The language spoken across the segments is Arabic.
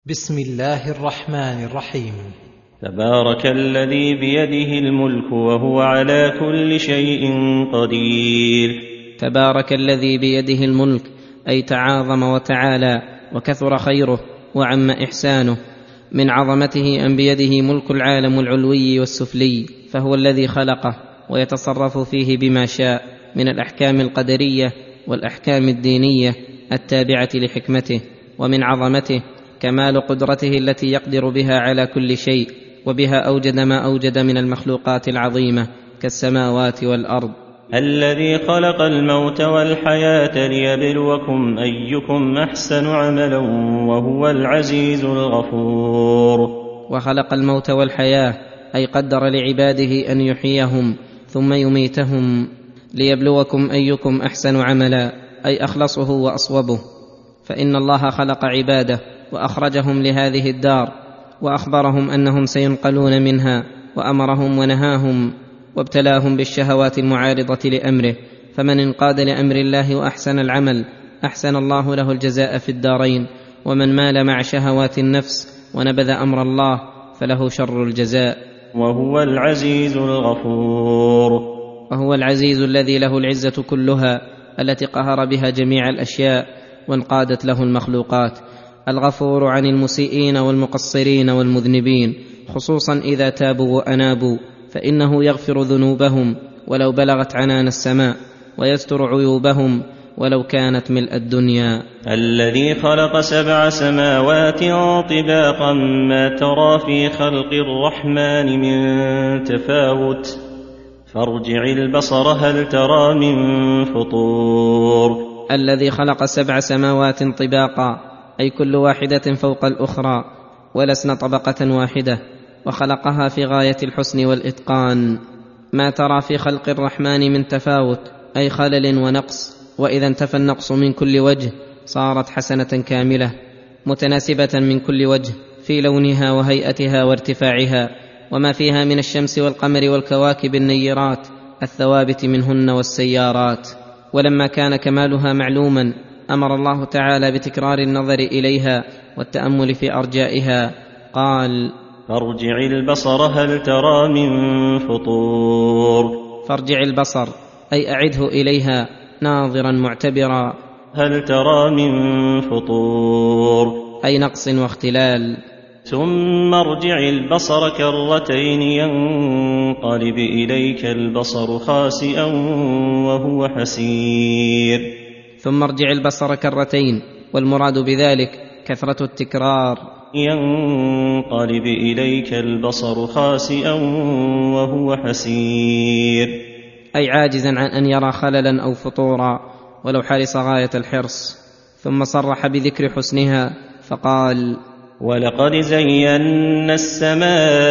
بسم الله الرحمن الرحيم. تبارك الذي بيده الملك وهو على كل شيء قدير. تبارك الذي بيده الملك، أي تعاظم وتعالى وكثر خيره وعم إحسانه. من عظمته أن بيده ملك العالم العلوي والسفلي، فهو الذي خلقه ويتصرف فيه بما شاء من الأحكام القدرية والأحكام الدينية التابعة لحكمته. ومن عظمته كمال قدرته التي يقدر بها على كل شيء، وبها أوجد ما أوجد من المخلوقات العظيمة كالسماوات والأرض. الذي خلق الموت والحياة ليبلوكم أيكم أحسن عملا وهو العزيز الغفور. وخلق الموت والحياة، أي قدر لعباده أن يحييهم ثم يميتهم ليبلوكم أيكم أحسن عملا، أي أخلصه وأصوبه. فإن الله خلق عباده وأخرجهم لهذه الدار، وأخبرهم أنهم سينقلون منها، وأمرهم ونهاهم وابتلاهم بالشهوات المعارضة لأمره. فمن انقاد لأمر الله وأحسن العمل أحسن الله له الجزاء في الدارين، ومن مال مع شهوات النفس ونبذ أمر الله فله شر الجزاء. وهو العزيز الغفور. وهو العزيز الذي له العزة كلها، التي قهر بها جميع الأشياء وانقادت له المخلوقات. الغفور عن المسيئين والمقصرين والمذنبين، خصوصا إذا تابوا وأنابوا، فإنه يغفر ذنوبهم ولو بلغت عنان السماء، ويستر عيوبهم ولو كانت ملء الدنيا. الذي خلق 7 سماوات طباقا ما ترى في خلق الرحمن من تفاوت فارجع البصر هل ترى من فطور. الذي خلق 7 سماوات طباقا، أي كل واحدة فوق الأخرى ولسن طبقة واحدة، وخلقها في غاية الحسن والإتقان. ما ترى في خلق الرحمن من تفاوت، أي خلل ونقص، وإذا انتفى النقص من كل وجه صارت حسنة كاملة متناسبة من كل وجه في لونها وهيئتها وارتفاعها، وما فيها من الشمس والقمر والكواكب النيرات الثوابت منهن والسيارات. ولما كان كمالها معلوما أمر الله تعالى بتكرار النظر إليها والتأمل في أرجائها. قال: فارجع البصر هل ترى من فطور. فارجع البصر، أي أعده إليها ناظرا معتبرا. هل ترى من فطور، أي نقص واختلال. ثم ارجع البصر كرتين ينقلب إليك البصر خاسئا وهو حسير. ثم ارجع البصر كرتين، والمراد بذلك كثرة التكرار. ينقلب إليك البصر خاسئا وهو حسير، أي عاجزا عن أن يرى خللا أو فطورا ولو حرص غاية الحرص. ثم صرح بذكر حسنها فقال: ولقد زينا السماء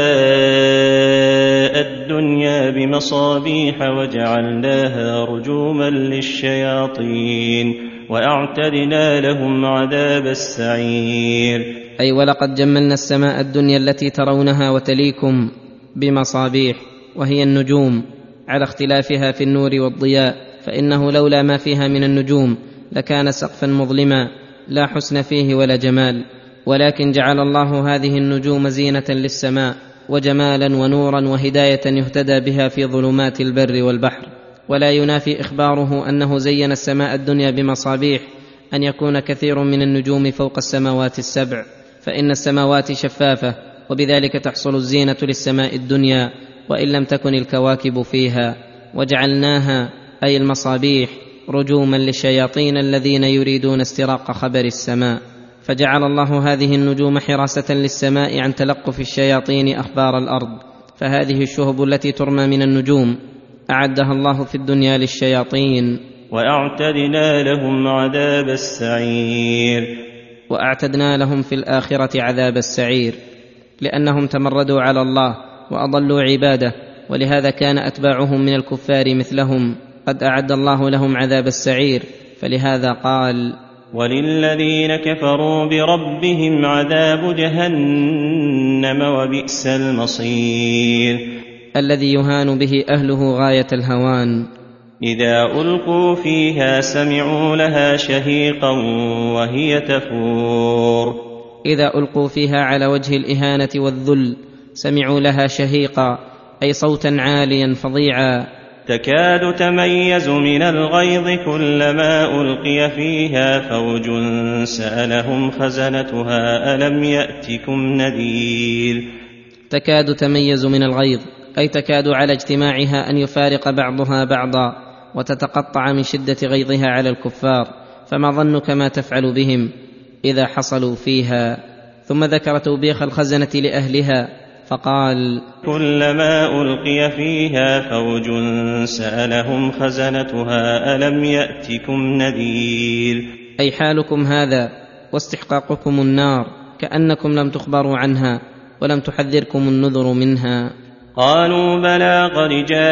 الدنيا بمصابيح وجعلناها رجوما للشياطين وأعتدنا لهم عذاب السعير. أي ولقد جملنا السماء الدنيا التي ترونها وتليكم بمصابيح، وهي النجوم، على اختلافها في النور والضياء، فإنه لولا ما فيها من النجوم لكان سقفا مظلما لا حسن فيه ولا جمال، ولكن جعل الله هذه النجوم زينة للسماء وجمالا ونورا وهداية يهتدى بها في ظلمات البر والبحر. ولا ينافي إخباره أنه زين السماء الدنيا بمصابيح أن يكون كثير من النجوم فوق السماوات ال7، فإن السماوات شفافة، وبذلك تحصل الزينة للسماء الدنيا وإن لم تكن الكواكب فيها. وجعلناها، أي المصابيح، رجوما للشياطين الذين يريدون استراق خبر السماء. فجعل الله هذه النجوم حراسة للسماء عن تلقف الشياطين أخبار الأرض. فهذه الشهب التي ترمى من النجوم أعدها الله في الدنيا للشياطين. وأعتدنا لهم عذاب السعير. وأعتدنا لهم في الآخرة عذاب السعير، لأنهم تمردوا على الله وأضلوا عباده، ولهذا كان أتباعهم من الكفار مثلهم قد أعد الله لهم عذاب السعير. فلهذا قال: وللذين كفروا بربهم عذاب جهنم وبئس المصير. الذي يهان به أهله غاية الهوان. إذا ألقوا فيها سمعوا لها شهيقا وهي تفور. اذا القوا فيها على وجه الاهانه والذل سمعوا لها شهيقا، اي صوتا عاليا فظيعا. تكاد تميز من الغيظ كلما ألقي فيها فوج سألهم خزنتها ألم يأتكم نذير. تكاد تميز من الغيظ أي تكاد على اجتماعها أن يفارق بعضها بعضا وتتقطع من شدة غيظها على الكفار، فما ظنك ما تفعل بهم إذا حصلوا فيها. ثم ذكر توبيخ الخزنة لأهلها فقال: كلما ألقي فيها فوج سألهم خزنتها ألم يأتكم نذير. أي حالكم هذا واستحقاقكم النار كأنكم لم تخبروا عنها ولم تحذركم النذر منها. قالوا بلى قد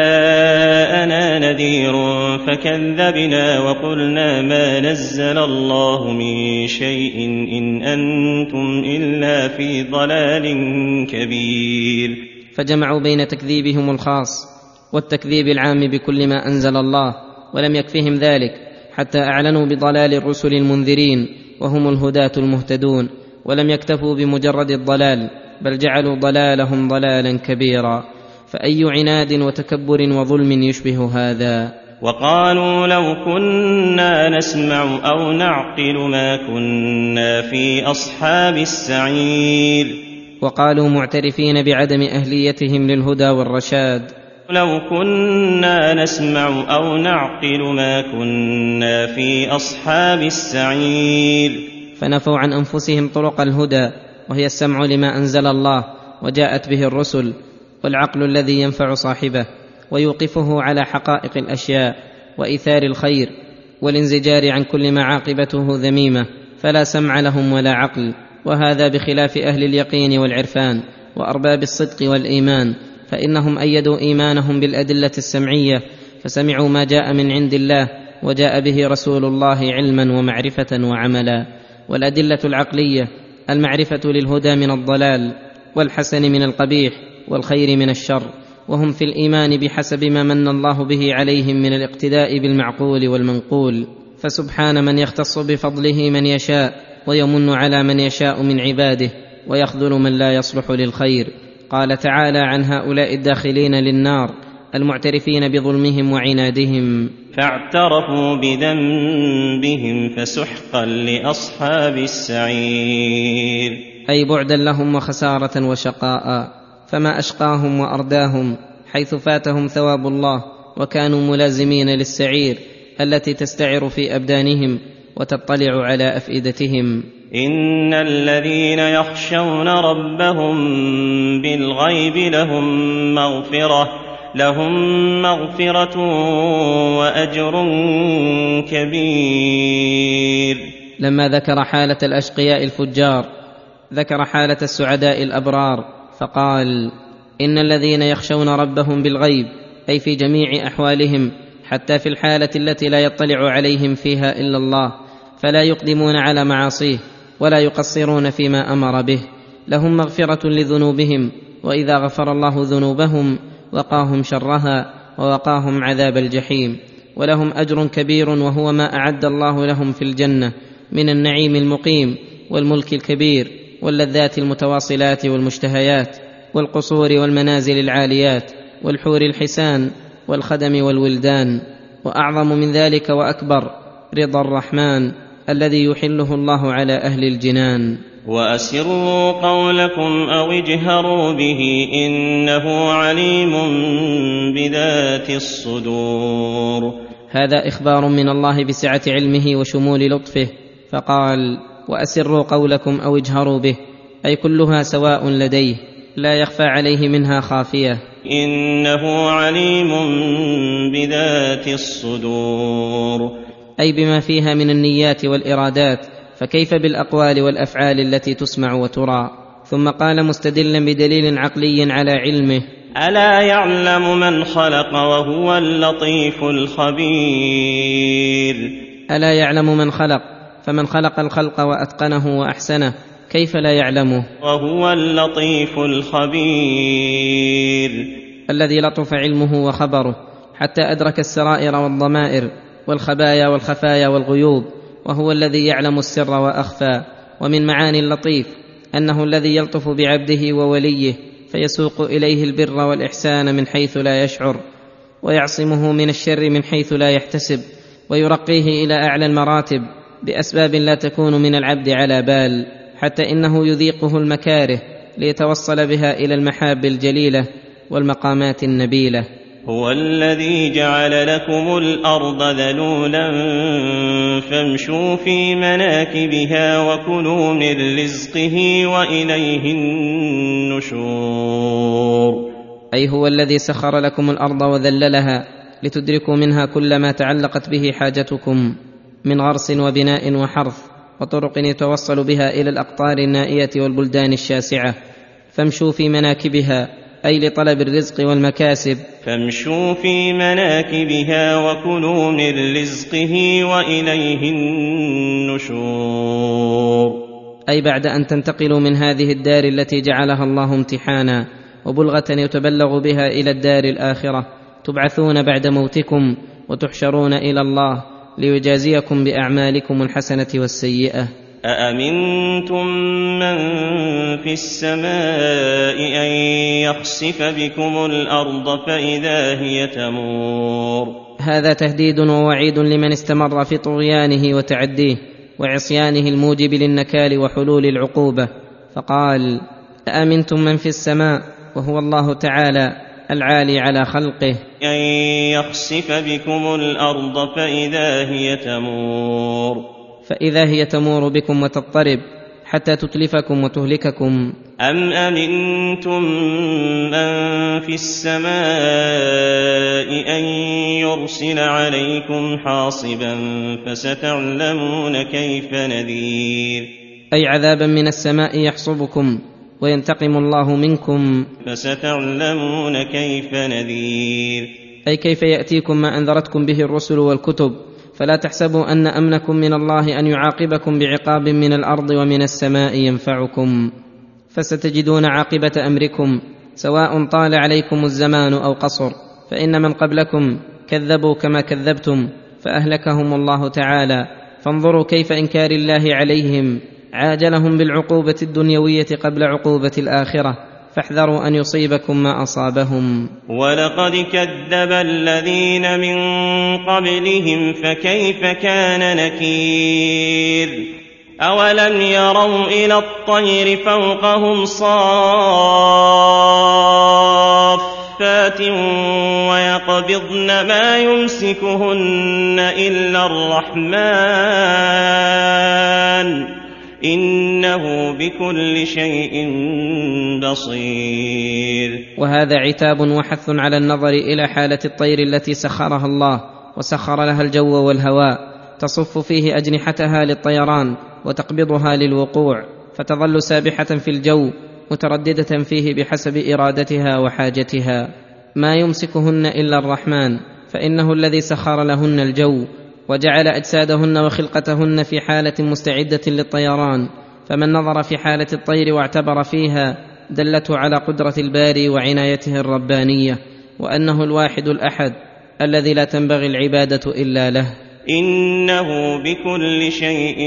جاءنا نذير فكذبنا وقلنا ما نزل الله من شيء إن أنتم إلا في ضلال كبير. فجمعوا بين تكذيبهم الخاص والتكذيب العام بكل ما أنزل الله، ولم يكفهم ذلك حتى أعلنوا بضلال الرسل المنذرين وهم الهداة المهتدون، ولم يكتفوا بمجرد الضلال بل جعلوا ضلالهم ضلالا كبيرا. فأي عناد وتكبر وظلم يشبه هذا؟ وقالوا لو كنا نسمع أو نعقل ما كنا في أصحاب السعير. وقالوا معترفين بعدم أهليتهم للهدى والرشاد: لو كنا نسمع أو نعقل ما كنا في أصحاب السعير. فنفوا عن أنفسهم طرق الهدى وهي السمع لما أنزل الله وجاءت به الرسل، والعقل الذي ينفع صاحبه ويوقفه على حقائق الأشياء وإيثار الخير والانزجار عن كل ما عاقبته ذميمة، فلا سمع لهم ولا عقل. وهذا بخلاف أهل اليقين والعرفان وأرباب الصدق والإيمان، فإنهم أيدوا إيمانهم بالأدلة السمعية، فسمعوا ما جاء من عند الله وجاء به رسول الله علما ومعرفة وعملا. والأدلة العقلية المعرفة للهدى من الضلال والحسن من القبيح والخير من الشر، وهم في الإيمان بحسب ما من الله به عليهم من الاقتداء بالمعقول والمنقول. فسبحان من يختص بفضله من يشاء ويمن على من يشاء من عباده ويخذل من لا يصلح للخير. قال تعالى عن هؤلاء الداخلين للنار المعترفين بظلمهم وعنادهم: فاعترفوا بذنبهم فسحقا لأصحاب السعير. أي بعدا لهم وخسارة وشقاء، فما أشقاهم وأرداهم حيث فاتهم ثواب الله وكانوا ملازمين للسعير التي تستعر في أبدانهم وتطلع على أفئدتهم. إن الذين يخشون ربهم بالغيب لهم مغفرة وأجر كبير. لما ذكر حالة الأشقياء الفجار ذكر حالة السعداء الأبرار فقال: إن الذين يخشون ربهم بالغيب، أي في جميع أحوالهم حتى في الحالة التي لا يطلع عليهم فيها إلا الله، فلا يقدمون على معاصيه ولا يقصرون فيما أمر به، لهم مغفرة لذنوبهم، وإذا غفر الله ذنوبهم وقاهم شرها ووقاهم عذاب الجحيم، ولهم أجر كبير وهو ما أعد الله لهم في الجنة من النعيم المقيم والملك الكبير واللذات المتواصلات والمشتهيات والقصور والمنازل العاليات والحور الحسان والخدم والولدان. وأعظم من ذلك وأكبر رضا الرحمن الذي يحله الله على أهل الجنان. وأسروا قولكم أو اجهروا به إنه عليم بذات الصدور. هذا إخبار من الله بسعة علمه وشمول لطفه، فقال: وأسروا قولكم أو اجهروا به، أي كلها سواء لديه لا يخفى عليه منها خافية. إنه عليم بذات الصدور، أي بما فيها من النيات والإرادات، فكيف بالأقوال والأفعال التي تسمع وترى. ثم قال مستدلا بدليل عقلي على علمه: ألا يعلم من خلق وهو اللطيف الخبير. ألا يعلم من خلق، فمن خلق الخلق وأتقنه وأحسنه كيف لا يعلمه؟ وهو اللطيف الخبير، الذي لطف علمه وخبره حتى أدرك السرائر والضمائر والخبايا والخفايا والغيوب، وهو الذي يعلم السر وأخفى. ومن معاني اللطيف انه الذي يلطف بعبده ووليه فيسوق اليه البر والاحسان من حيث لا يشعر، ويعصمه من الشر من حيث لا يحتسب، ويرقيه الى اعلى المراتب باسباب لا تكون من العبد على بال، حتى انه يذيقه المكاره ليتوصل بها الى المحاب الجليله والمقامات النبيله. هو الذي جعل لكم الأرض ذلولا فامشوا في مناكبها وكلوا من رزقه وإليه النشور. أي هو الذي سخر لكم الأرض وذللها لتدركوا منها كل ما تعلقت به حاجتكم من غرس وبناء وحرث وطرق يتوصل بها إلى الأقطار النائية والبلدان الشاسعة. فامشوا في مناكبها أي لطلب الرزق والمكاسب. فامشوا في مناكبها وكلوا من رزقه وإليه النشور. أي بعد أن تنتقلوا من هذه الدار التي جعلها الله امتحانا وبلغة يتبلغ بها إلى الدار الآخرة، تبعثون بعد موتكم وتحشرون إلى الله ليجازيكم بأعمالكم الحسنة والسيئة. أأمنتم من في السماء أن يخسف بكم الأرض فإذا هي تمور. هذا تهديد ووعيد لمن استمر في طغيانه وتعديه وعصيانه الموجب للنكال وحلول العقوبة، فقال: أأمنتم من في السماء، وهو الله تعالى العالي على خلقه، أن يخسف بكم الأرض فإذا هي تمور. فإذا هي تمور بكم وتضطرب حتى تتلفكم وتهلككم. أم أمنتم من في السماء أن يرسل عليكم حاصبا فستعلمون كيف نذير. أي عذابا من السماء يحصبكم وينتقم الله منكم، فستعلمون كيف نذير. أي كيف يأتيكم ما أنذرتكم به الرسل والكتب، فلا تحسبوا أن أمنكم من الله أن يعاقبكم بعقاب من الأرض ومن السماء ينفعكم، فستجدون عاقبة أمركم سواء طال عليكم الزمان أو قصر، فإن من قبلكم كذبوا كما كذبتم فأهلكهم الله تعالى. فانظروا كيف إنكار الله عليهم عاجلهم بالعقوبة الدنيوية قبل عقوبة الآخرة، فاحذروا أن يصيبكم ما أصابهم. ولقد كذب الذين من قبلهم فكيف كان نكير. أولم يروا إلى الطير فوقهم صافات ويقبضن ما يمسكهن إلا الرحمن إنه بكل شيء بصير. وهذا عتاب وحث على النظر إلى حالة الطير التي سخرها الله وسخر لها الجو والهواء، تصف فيه أجنحتها للطيران وتقبضها للوقوع، فتظل سابحة في الجو مترددة فيه بحسب إرادتها وحاجتها. ما يمسكهن إلا الرحمن، فإنه الذي سخر لهن الجو وجعل أجسادهن وخلقتهن في حالة مستعدة للطيران. فمن نظر في حالة الطير واعتبر فيها دلته على قدرة الباري وعنايته الربانية، وأنه الواحد الأحد الذي لا تنبغي العبادة إلا له، إنه بكل شيء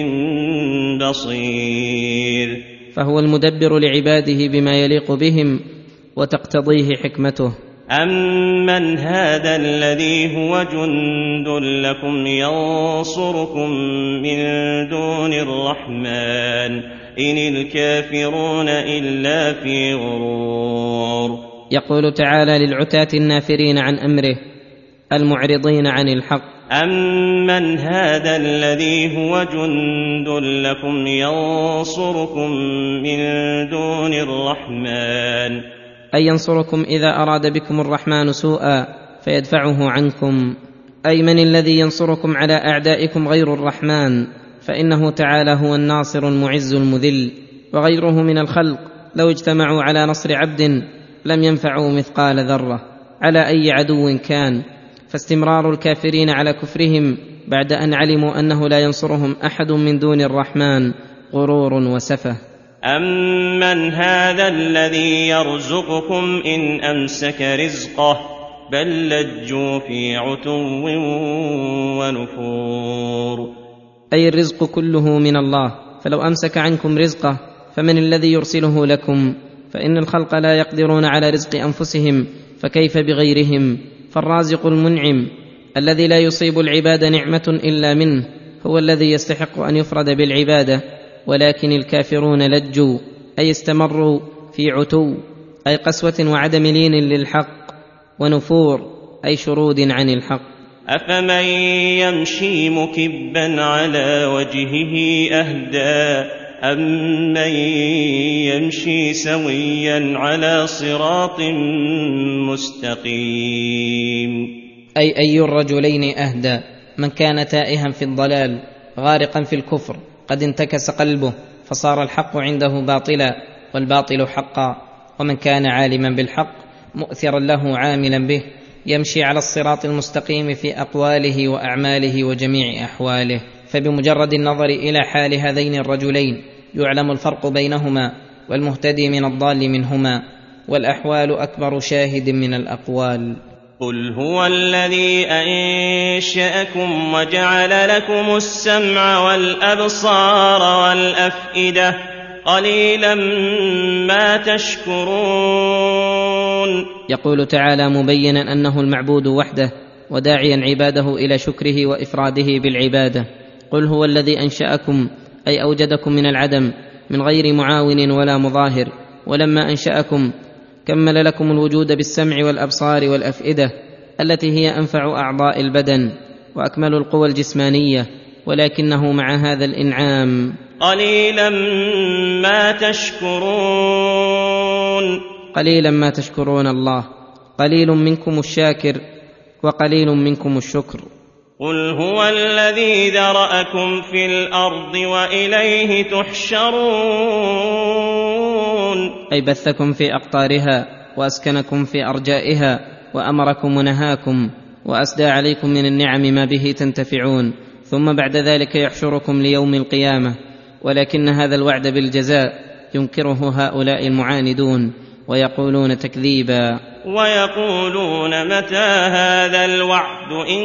بصير. فهو المدبر لعباده بما يليق بهم وتقتضيه حكمته. أمن هذا الذي هو جند لكم ينصركم من دون الرحمن إن الكافرون إلا في غرور. يقول تعالى للعتاة النافرين عن أمره المعرضين عن الحق: أمن هذا الذي هو جند لكم ينصركم من دون الرحمن، أي ينصركم إذا أراد بكم الرحمن سوءا فيدفعه عنكم. أي من الذي ينصركم على أعدائكم غير الرحمن، فإنه تعالى هو الناصر المعز المذل، وغيره من الخلق لو اجتمعوا على نصر عبد لم ينفعوا مثقال ذرة على أي عدو كان. فاستمرار الكافرين على كفرهم بعد أن علموا أنه لا ينصرهم أحد من دون الرحمن غرور وسفه. أمن هذا الذي يرزقكم إن أمسك رزقه بل لجوا في عتو ونفور. أي الرزق كله من الله، فلو أمسك عنكم رزقه فمن الذي يرسله لكم؟ فإن الخلق لا يقدرون على رزق أنفسهم، فكيف بغيرهم؟ فالرازق المنعم الذي لا يصيب العباد نعمة إلا منه هو الذي يستحق أن يفرد بالعبادة. ولكن الكافرون لجوا، أي استمروا في عتو، أي قسوة وعدم لين للحق، ونفور، أي شرود عن الحق. أفمن يمشي مكبا على وجهه أهدى أمن يمشي سويا على صراط مستقيم. أي الرجلين أهدى؟ من كان تائها في الضلال غارقا في الكفر قد انتكس قلبه فصار الحق عنده باطلا والباطل حقا، ومن كان عالما بالحق مؤثرا له عاملا به يمشي على الصراط المستقيم في أقواله وأعماله وجميع أحواله. فبمجرد النظر إلى حال هذين الرجلين يعلم الفرق بينهما، والمهتدي من الضال منهما، والأحوال أكبر شاهد من الأقوال. قل هو الذي أنشأكم وجعل لكم السمع والأبصار والأفئدة قليلا ما تشكرون. يقول تعالى مبينا أنه المعبود وحده وداعيا عباده إلى شكره وإفراده بالعبادة. قل هو الذي أنشأكم، أي أوجدكم من العدم من غير معاون ولا مظاهر، ولما أنشأكم كمل لكم الوجود بالسمع والأبصار والأفئدة التي هي أنفع أعضاء البدن وأكمل القوى الجسمانية، ولكنه مع هذا الإنعام قليلا ما تشكرون. قليلا ما تشكرون الله، قليل منكم الشاكر وقليل منكم الشكر. قل هو الذي ذرأكم في الأرض وإليه تحشرون. أي بثكم في أقطارها وأسكنكم في أرجائها وأمركم ونهاكم وأسدى عليكم من النعم ما به تنتفعون، ثم بعد ذلك يحشركم ليوم القيامة. ولكن هذا الوعد بالجزاء ينكره هؤلاء المعاندون ويقولون تكذيبا، ويقولون متى هذا الوعد إن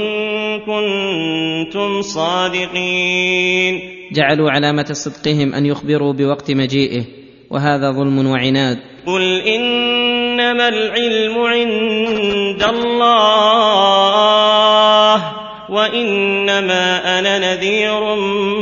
كنتم صادقين. جعلوا علامة صدقهم أن يخبروا بوقت مجيئه، وهذا ظلم وعناد. قل إنما العلم عند الله وإنما أنا نذير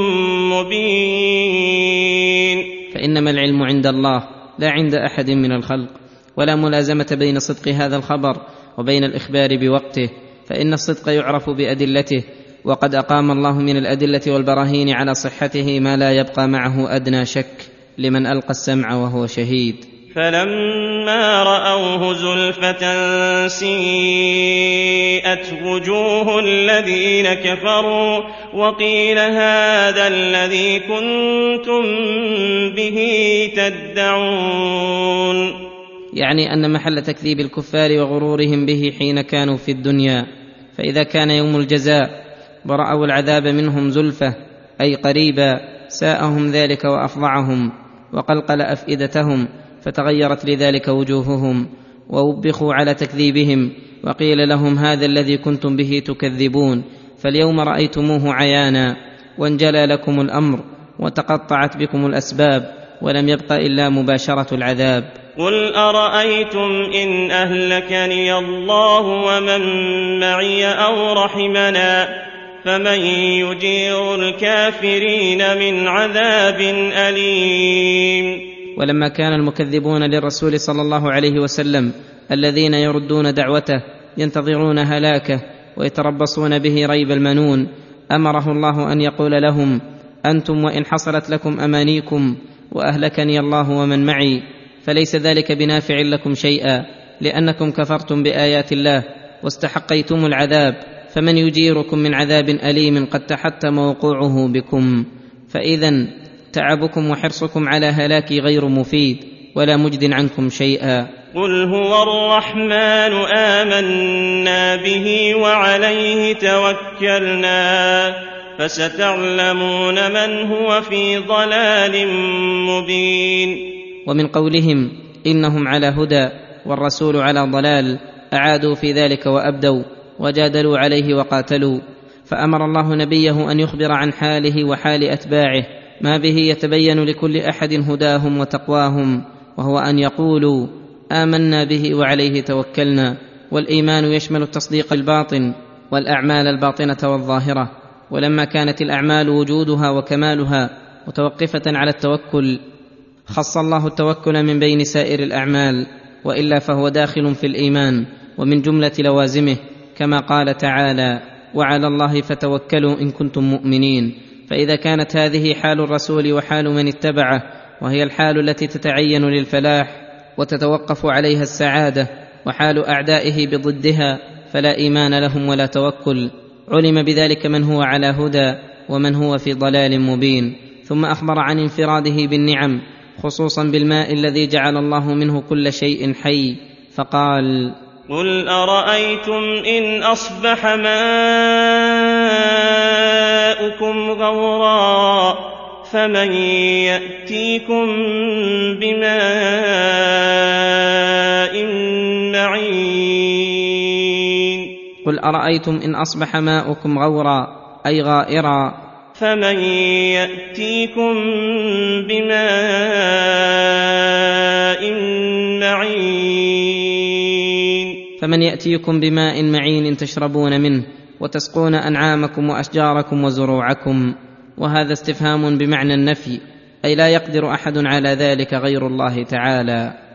مبين. فإنما العلم عند الله لا عند أحد من الخلق، ولا ملازمة بين صدق هذا الخبر وبين الإخبار بوقته، فإن الصدق يعرف بأدلته، وقد أقام الله من الأدلة والبراهين على صحته ما لا يبقى معه أدنى شك لمن ألقى السمع وهو شهيد. فلما رأوه زلفة سيئت وجوه الذين كفروا وقيل هذا الذي كنتم به تدعون. يعني أن محل تكذيب الكفار وغرورهم به حين كانوا في الدنيا، فإذا كان يوم الجزاء ورأوا العذاب منهم زلفة أي قريبا ساءهم ذلك وأفظعهم وقلقل أفئدتهم، فتغيرت لذلك وجوههم ووبخوا على تكذيبهم، وقيل لهم هذا الذي كنتم به تكذبون، فاليوم رأيتموه عيانا وانجلى لكم الأمر وتقطعت بكم الأسباب ولم يبق إلا مباشرة العذاب. قل أرأيتم إن أهلكني الله ومن معي أو رحمنا فمن يجير الكافرين من عذاب أليم. ولما كان المكذبون للرسول صلى الله عليه وسلم الذين يردون دعوته ينتظرون هلاكه ويتربصون به ريب المنون، أمره الله أن يقول لهم أنتم وإن حصلت لكم أمانيكم وأهلكني الله ومن معي فليس ذلك بنافع لكم شيئا، لأنكم كفرتم بآيات الله واستحقيتم العذاب، فمن يجيركم من عذاب أليم قد تحتم وقوعه بكم. فإذن تعبكم وحرصكم على هلاكي غير مفيد ولا مجد عنكم شيئا. قل هو الرحمن آمنا به وعليه توكلنا فستعلمون من هو في ضلال مبين. ومن قولهم إنهم على هدى والرسول على ضلال أعادوا في ذلك وأبدوا وجادلوا عليه وقاتلوا، فأمر الله نبيه أن يخبر عن حاله وحال أتباعه ما به يتبين لكل احد هداهم وتقواهم، وهو ان يقولوا آمنا به وعليه توكلنا. والايمان يشمل التصديق الباطن والاعمال الباطنه والظاهره، ولما كانت الاعمال وجودها وكمالها متوقفه على التوكل خص الله التوكل من بين سائر الاعمال، والا فهو داخل في الايمان ومن جمله لوازمه، كما قال تعالى: وعلى الله فتوكلوا ان كنتم مؤمنين. فاذا كانت هذه حال الرسول وحال من اتبعه، وهي الحال التي تتعين للفلاح وتتوقف عليها السعاده، وحال اعدائه بضدها، فلا ايمان لهم ولا توكل. علم بذلك من هو على هدى ومن هو في ضلال مبين. ثم اخبر عن انفراده بالنعم، خصوصا بالماء الذي جعل الله منه كل شيء حي، فقال: قل أرأيتم إن أصبح ماؤكم غورا فمن يأتيكم بماء معين. قل أرأيتم إن أصبح ماؤكم غورا أي غائرا، فمن يأتيكم بماء معين. فمن يأتيكم بماء معين تشربون منه وتسقون أنعامكم وأشجاركم وزروعكم. وهذا استفهام بمعنى النفي، أي لا يقدر أحد على ذلك غير الله تعالى.